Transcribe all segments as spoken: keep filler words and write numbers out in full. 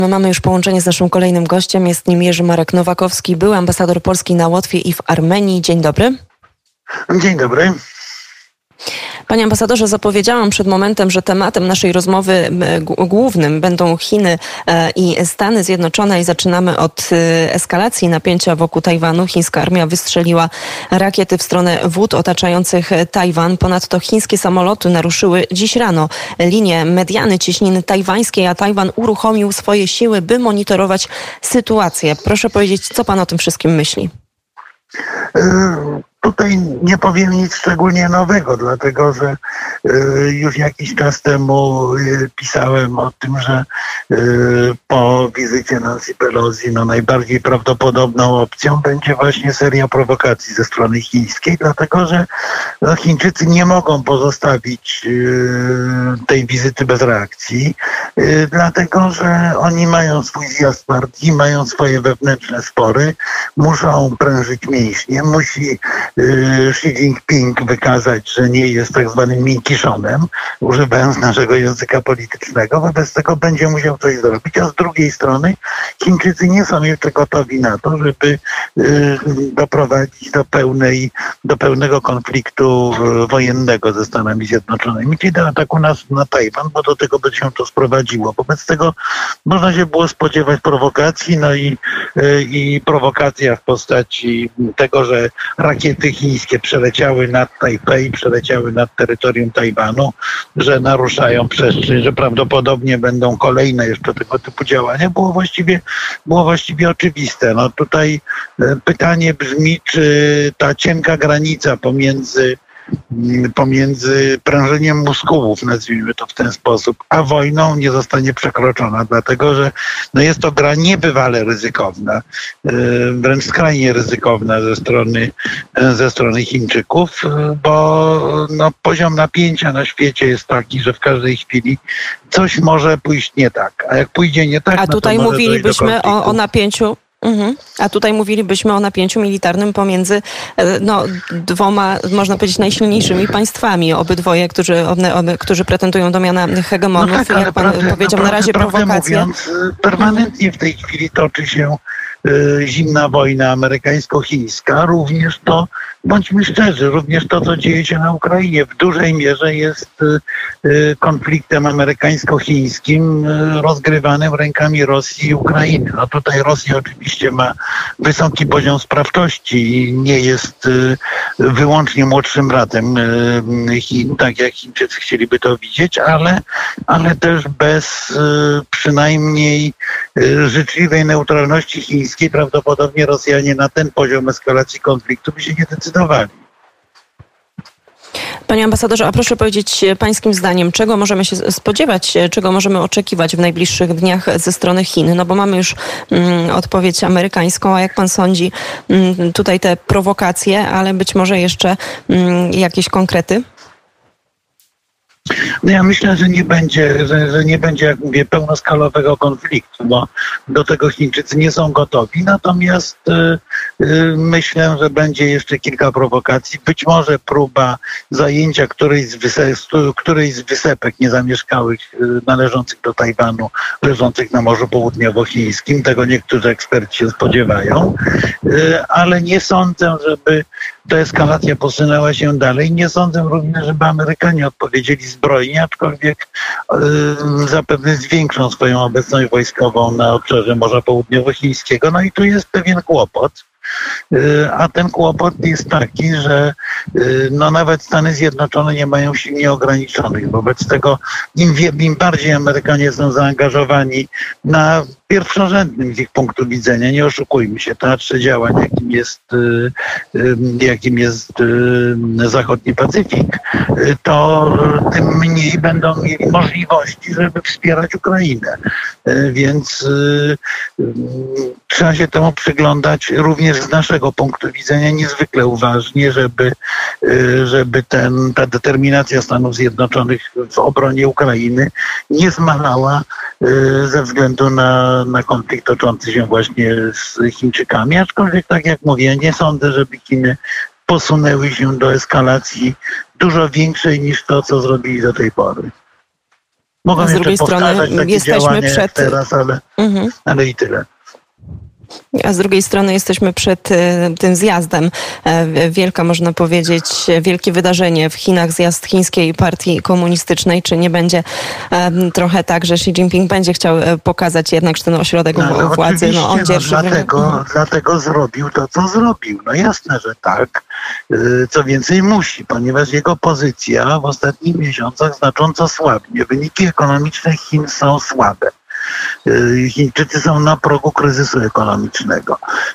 My mamy już połączenie z naszym kolejnym gościem. Jest nim Jerzy Marek Nowakowski, były ambasador Polski na Łotwie i w Armenii. Dzień dobry. Dzień dobry. Panie ambasadorze, zapowiedziałam przed momentem, że tematem naszej rozmowy głównym będą Chiny i Stany Zjednoczone i zaczynamy od eskalacji napięcia wokół Tajwanu. Chińska armia wystrzeliła rakiety w stronę wód otaczających Tajwan. Ponadto chińskie samoloty naruszyły dziś rano linię mediany cieśniny tajwańskiej, a Tajwan uruchomił swoje siły, by monitorować sytuację. Proszę powiedzieć, co pan o tym wszystkim myśli? Tutaj nie powiem nic szczególnie nowego, dlatego że już jakiś czas temu pisałem o tym, że po wizycie Nancy Pelosi no najbardziej prawdopodobną opcją będzie właśnie seria prowokacji ze strony chińskiej, dlatego że no Chińczycy nie mogą pozostawić tej wizyty bez reakcji, dlatego że oni mają swój zjazd partii, mają swoje wewnętrzne spory, muszą prężyć mięśnie, musi Xi Jinping wykazać, że nie jest tak zwanym minkiszonem, używając naszego języka politycznego. Wobec tego będzie musiał coś zrobić, a z drugiej strony Chińczycy nie są jeszcze gotowi na to, żeby doprowadzić do pełnej, do pełnego konfliktu wojennego ze Stanami Zjednoczonymi, czyli do ataku na, na Tajwan, bo do tego by się to sprowadziło. Wobec tego można się było spodziewać prowokacji, no i, i prowokacja w postaci tego, że rakiety chińskie przeleciały nad Tajpej, przeleciały nad terytorium Tajwanu, że naruszają przestrzeń, że prawdopodobnie będą kolejne jeszcze tego typu działania, było właściwie, było właściwie oczywiste. No tutaj pytanie brzmi, czy ta cienka granica pomiędzy pomiędzy prężeniem muskułów, nazwijmy to w ten sposób, a wojną nie zostanie przekroczona, dlatego że no jest to gra niebywale ryzykowna, wręcz skrajnie ryzykowna ze strony, ze strony Chińczyków, bo no, poziom napięcia na świecie jest taki, że w każdej chwili coś może pójść nie tak, a jak pójdzie nie tak, a no tutaj to mówilibyśmy o, o napięciu. Mhm. A tutaj mówilibyśmy o napięciu militarnym pomiędzy no, dwoma, można powiedzieć, najsilniejszymi państwami. Obydwoje, którzy, one, one, którzy pretendują do miana hegemonów. No tak, jak pan prawdę, powiedział, naprawdę, na razie prowokacja. Mówiąc, permanentnie w tej chwili toczy się y, zimna wojna amerykańsko-chińska. Również to, bądźmy szczerzy, również to, co dzieje się na Ukrainie, w dużej mierze jest y, y, konfliktem amerykańsko-chińskim y, rozgrywanym rękami Rosji i Ukrainy. No tutaj Rosja oczywiście ma wysoki poziom sprawczości i nie jest y, wyłącznie młodszym bratem y, Chin, tak jak Chińczycy chcieliby to widzieć, ale, ale też bez y, przynajmniej y, życzliwej neutralności chińskiej prawdopodobnie Rosjanie na ten poziom eskalacji konfliktu by się nie decydowali. Panie ambasadorze, a proszę powiedzieć pańskim zdaniem, czego możemy się spodziewać, czego możemy oczekiwać w najbliższych dniach ze strony Chin? No bo mamy już mm, odpowiedź amerykańską, a jak pan sądzi, mm, tutaj te prowokacje, ale być może jeszcze mm, jakieś konkrety? No ja myślę, że nie będzie, że, że nie będzie, jak mówię, pełnoskalowego konfliktu, bo do tego Chińczycy nie są gotowi. Natomiast y, y, myślę, że będzie jeszcze kilka prowokacji. Być może próba zajęcia którejś z, wyse, którejś z wysepek niezamieszkałych y, należących do Tajwanu, leżących na Morzu Południowochińskim. Tego niektórzy eksperci się spodziewają. Y, ale nie sądzę, żeby ta eskalacja posunęła się dalej. Nie sądzę również, żeby Amerykanie odpowiedzieli zbrojnie, aczkolwiek yy, zapewne zwiększą swoją obecność wojskową na obszarze Morza Południowochińskiego. No i tu jest pewien kłopot. A ten kłopot jest taki, że no nawet Stany Zjednoczone nie mają sił nieograniczonych. Wobec tego im, im bardziej Amerykanie są zaangażowani na pierwszorzędnym z ich punktu widzenia, nie oszukujmy się, teatrze działań, jakim jest, jakim jest zachodni Pacyfik, to tym mniej będą mieli możliwości, żeby wspierać Ukrainę. Więc trzeba się temu przyglądać również z naszego punktu widzenia niezwykle uważnie, żeby, żeby ten, ta determinacja Stanów Zjednoczonych w obronie Ukrainy nie zmalała ze względu na, na konflikt toczący się właśnie z Chińczykami. Aczkolwiek, tak jak mówię, nie sądzę, żeby Chiny posunęły się do eskalacji dużo większej niż to, co zrobili do tej pory. Mogą z drugiej strony jesteśmy przed teraz, ale, mhm. ale i tyle. A z drugiej strony jesteśmy przed tym zjazdem. Wielka, można powiedzieć, wielkie wydarzenie w Chinach, zjazd Chińskiej Partii Komunistycznej. Czy nie będzie trochę tak, że Xi Jinping będzie chciał pokazać jednak, że ten ośrodek no, władzy, no on dzierży... No, dlatego, dlatego zrobił to, co zrobił. No jasne, że tak. Co więcej musi, ponieważ jego pozycja w ostatnich miesiącach znacząco słabnie. Wyniki ekonomiczne Chin są słabe. Chińczycy są na progu kryzysu ekonomicznego.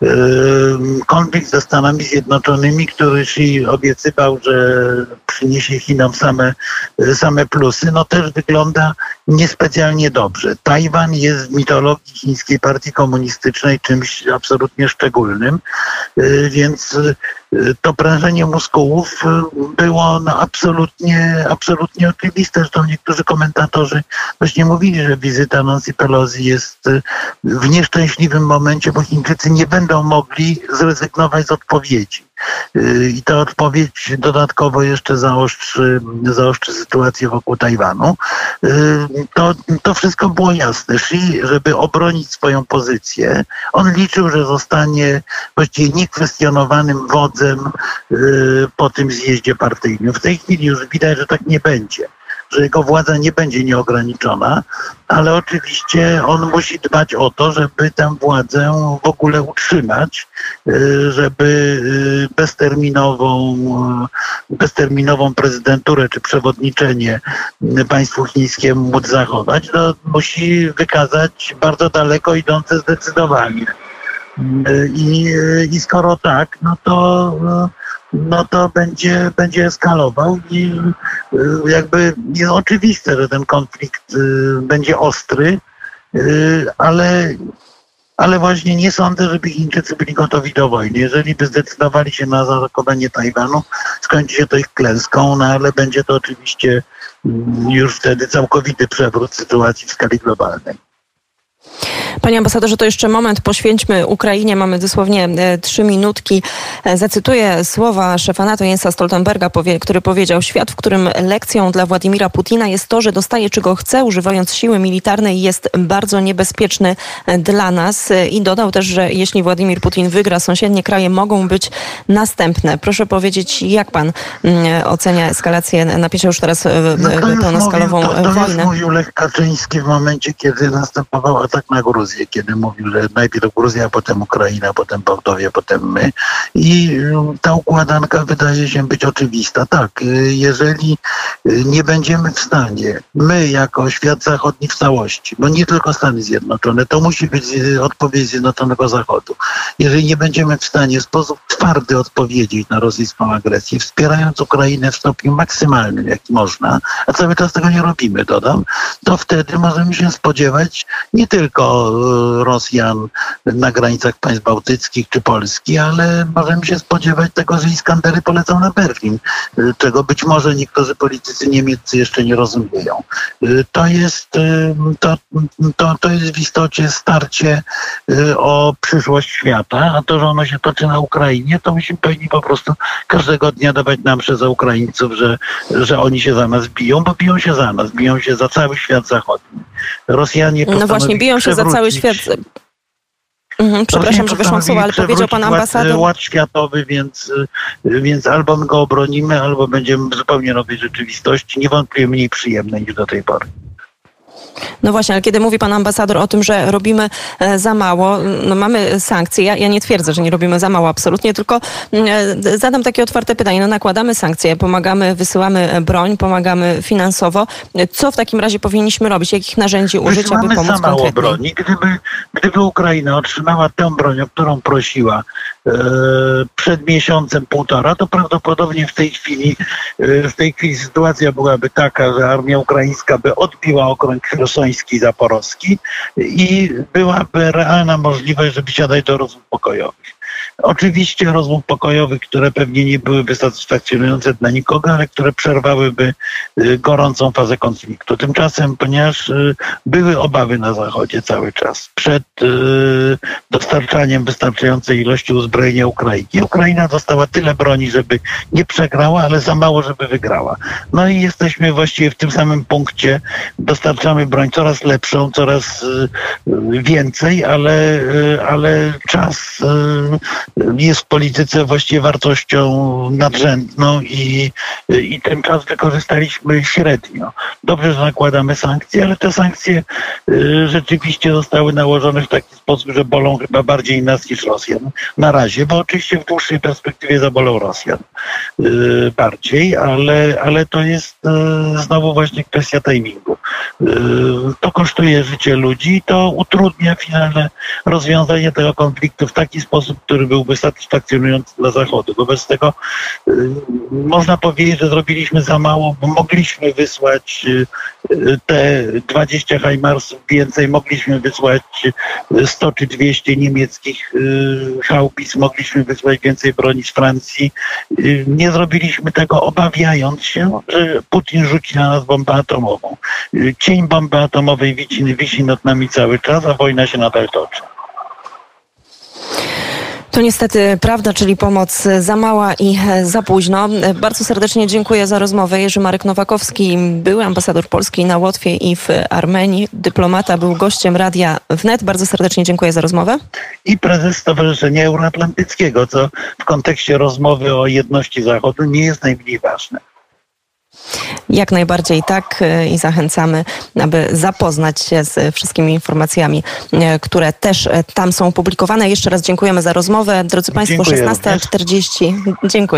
Konflikt ze Stanami Zjednoczonymi, który Xi obiecywał, że przyniesie Chinom same, same plusy, no też wygląda niespecjalnie dobrze. Tajwan jest w mitologii Chińskiej Partii Komunistycznej czymś absolutnie szczególnym, więc to prężenie muskułów było no absolutnie, absolutnie oczywiste. Zresztą niektórzy komentatorzy właśnie mówili, że wizyta Nancy Pelosi jest w nieszczęśliwym momencie, bo Chińczycy nie będą mogli zrezygnować z odpowiedzi. I ta odpowiedź dodatkowo jeszcze zaostrzy, zaostrzy sytuację wokół Tajwanu. To, to wszystko było jasne. Xi, żeby obronić swoją pozycję, on liczył, że zostanie właściwie niekwestionowanym wodzem po tym zjeździe partyjnym. W tej chwili już widać, że tak nie będzie, że jego władza nie będzie nieograniczona, ale oczywiście on musi dbać o to, żeby tę władzę w ogóle utrzymać, żeby bezterminową, bezterminową prezydenturę czy przewodniczenie państwu chińskiemu móc zachować. No, musi wykazać bardzo daleko idące zdecydowanie. I, i skoro tak, no to no to będzie, będzie eskalował i jakby jest oczywiste, że ten konflikt będzie ostry, ale, ale właśnie nie sądzę, żeby Chińczycy byli gotowi do wojny. Jeżeli by zdecydowali się na zaatakowanie Tajwanu, skończy się to ich klęską, no ale będzie to oczywiście już wtedy całkowity przewrót sytuacji w skali globalnej. Panie ambasadorze, to jeszcze moment poświęćmy Ukrainie. Mamy dosłownie e, trzy minutki. E, zacytuję słowa szefa NATO Jensa Stoltenberga, powie, który powiedział: świat, w którym lekcją dla Władimira Putina jest to, że dostaje czego chce, używając siły militarnej, jest bardzo niebezpieczny dla nas. E, I dodał też, że jeśli Władimir Putin wygra, sąsiednie kraje mogą być następne. Proszę powiedzieć, jak pan m, ocenia eskalację napięcia już teraz e, no to pełnoskalową już mówił, to, to wojnę? To mówił Lech Kaczyński w momencie, kiedy następował atak na Gruzję, kiedy mówił, że najpierw Gruzja, potem Ukraina, potem Mołdawia, potem my. I ta układanka wydaje się być oczywista. Tak, jeżeli nie będziemy w stanie, my jako świat zachodni w całości, bo nie tylko Stany Zjednoczone, to musi być odpowiedź Zjednoczonego Zachodu. Jeżeli nie będziemy w stanie w sposób twardy odpowiedzieć na rosyjską agresję, wspierając Ukrainę w stopniu maksymalnym, jaki można, a cały czas tego nie robimy, dodam, to wtedy możemy się spodziewać nie tylko Rosjan na granicach państw bałtyckich czy Polski, ale możemy się spodziewać tego, że Iskandery polecą na Berlin, czego być może niektórzy politycy niemieccy jeszcze nie rozumieją. To jest, to, to, to jest w istocie starcie o przyszłość świata, a to, że ono się toczy na Ukrainie, to musimy powinni po prostu każdego dnia dawać nam przez Ukraińców, że, że oni się za nas biją, bo biją się za nas, biją się za cały świat zachodni. Rosjanie no właśnie, biją się za cały świat. Mhm, przepraszam, że wyszłam słowa, ale powiedział pan ambasador... Ład światowy, więc, więc albo my go obronimy, albo będziemy w zupełnie nowej rzeczywistości, niewątpliwie mniej przyjemnej niż do tej pory. No właśnie, ale kiedy mówi pan ambasador o tym, że robimy za mało, no mamy sankcje. Ja, ja nie twierdzę, że nie robimy za mało, absolutnie, tylko zadam takie otwarte pytanie. No nakładamy sankcje, pomagamy, wysyłamy broń, pomagamy finansowo. Co w takim razie powinniśmy robić? Jakich narzędzi użyć, Wysyłamy aby pomóc za mało konkretnie? broni. Gdyby, gdyby Ukraina otrzymała tę broń, o którą prosiła e, przed miesiącem, półtora, to prawdopodobnie w tej chwili e, w tej chwili sytuacja byłaby taka, że armia ukraińska by odbiła okręt Chersoński i Zaporowski i byłaby realna możliwość, żeby siadać do rozmów pokojowych. Oczywiście rozmów pokojowych, które pewnie nie byłyby satysfakcjonujące dla nikogo, ale które przerwałyby gorącą fazę konfliktu. Tymczasem, ponieważ były obawy na Zachodzie cały czas przed dostarczaniem wystarczającej ilości uzbrojenia Ukrainie. Ukraina dostała tyle broni, żeby nie przegrała, ale za mało, żeby wygrała. No i jesteśmy właściwie w tym samym punkcie. Dostarczamy broń coraz lepszą, coraz więcej, ale, ale czas jest w polityce właściwie wartością nadrzędną i, i ten czas wykorzystaliśmy średnio. Dobrze, że nakładamy sankcje, ale te sankcje rzeczywiście zostały nałożone w taki sposób, że bolą chyba bardziej nas niż Rosjan. Na razie, bo oczywiście w dłuższej perspektywie zabolą Rosjan bardziej, ale, ale to jest znowu właśnie kwestia timingu. To kosztuje życie ludzi, to utrudnia finalne rozwiązanie tego konfliktu w taki sposób, który byłby satysfakcjonujący dla Zachodu. Wobec tego można powiedzieć, że zrobiliśmy za mało, bo mogliśmy wysłać te dwadzieścia hajmarsów więcej, mogliśmy wysłać sto czy dwieście niemieckich haubic, mogliśmy wysłać więcej broni z Francji. Nie zrobiliśmy tego, obawiając się, że Putin rzuci na nas bombę atomową. Cień bomby atomowej wisi, wisi nad nami cały czas, a wojna się nadal toczy. To niestety prawda, czyli pomoc za mała i za późno. Bardzo serdecznie dziękuję za rozmowę. Jerzy Marek Nowakowski, były ambasador Polski na Łotwie i w Armenii. Dyplomata, był gościem Radia Wnet. Bardzo serdecznie dziękuję za rozmowę. I prezes Stowarzyszenia Euroatlantyckiego, co w kontekście rozmowy o jedności Zachodu nie jest najmniej ważne. Jak najbardziej tak i zachęcamy, aby zapoznać się z wszystkimi informacjami, które też tam są publikowane. Jeszcze raz dziękujemy za rozmowę. Drodzy Państwo, szesnasta czterdzieści. Dziękuję.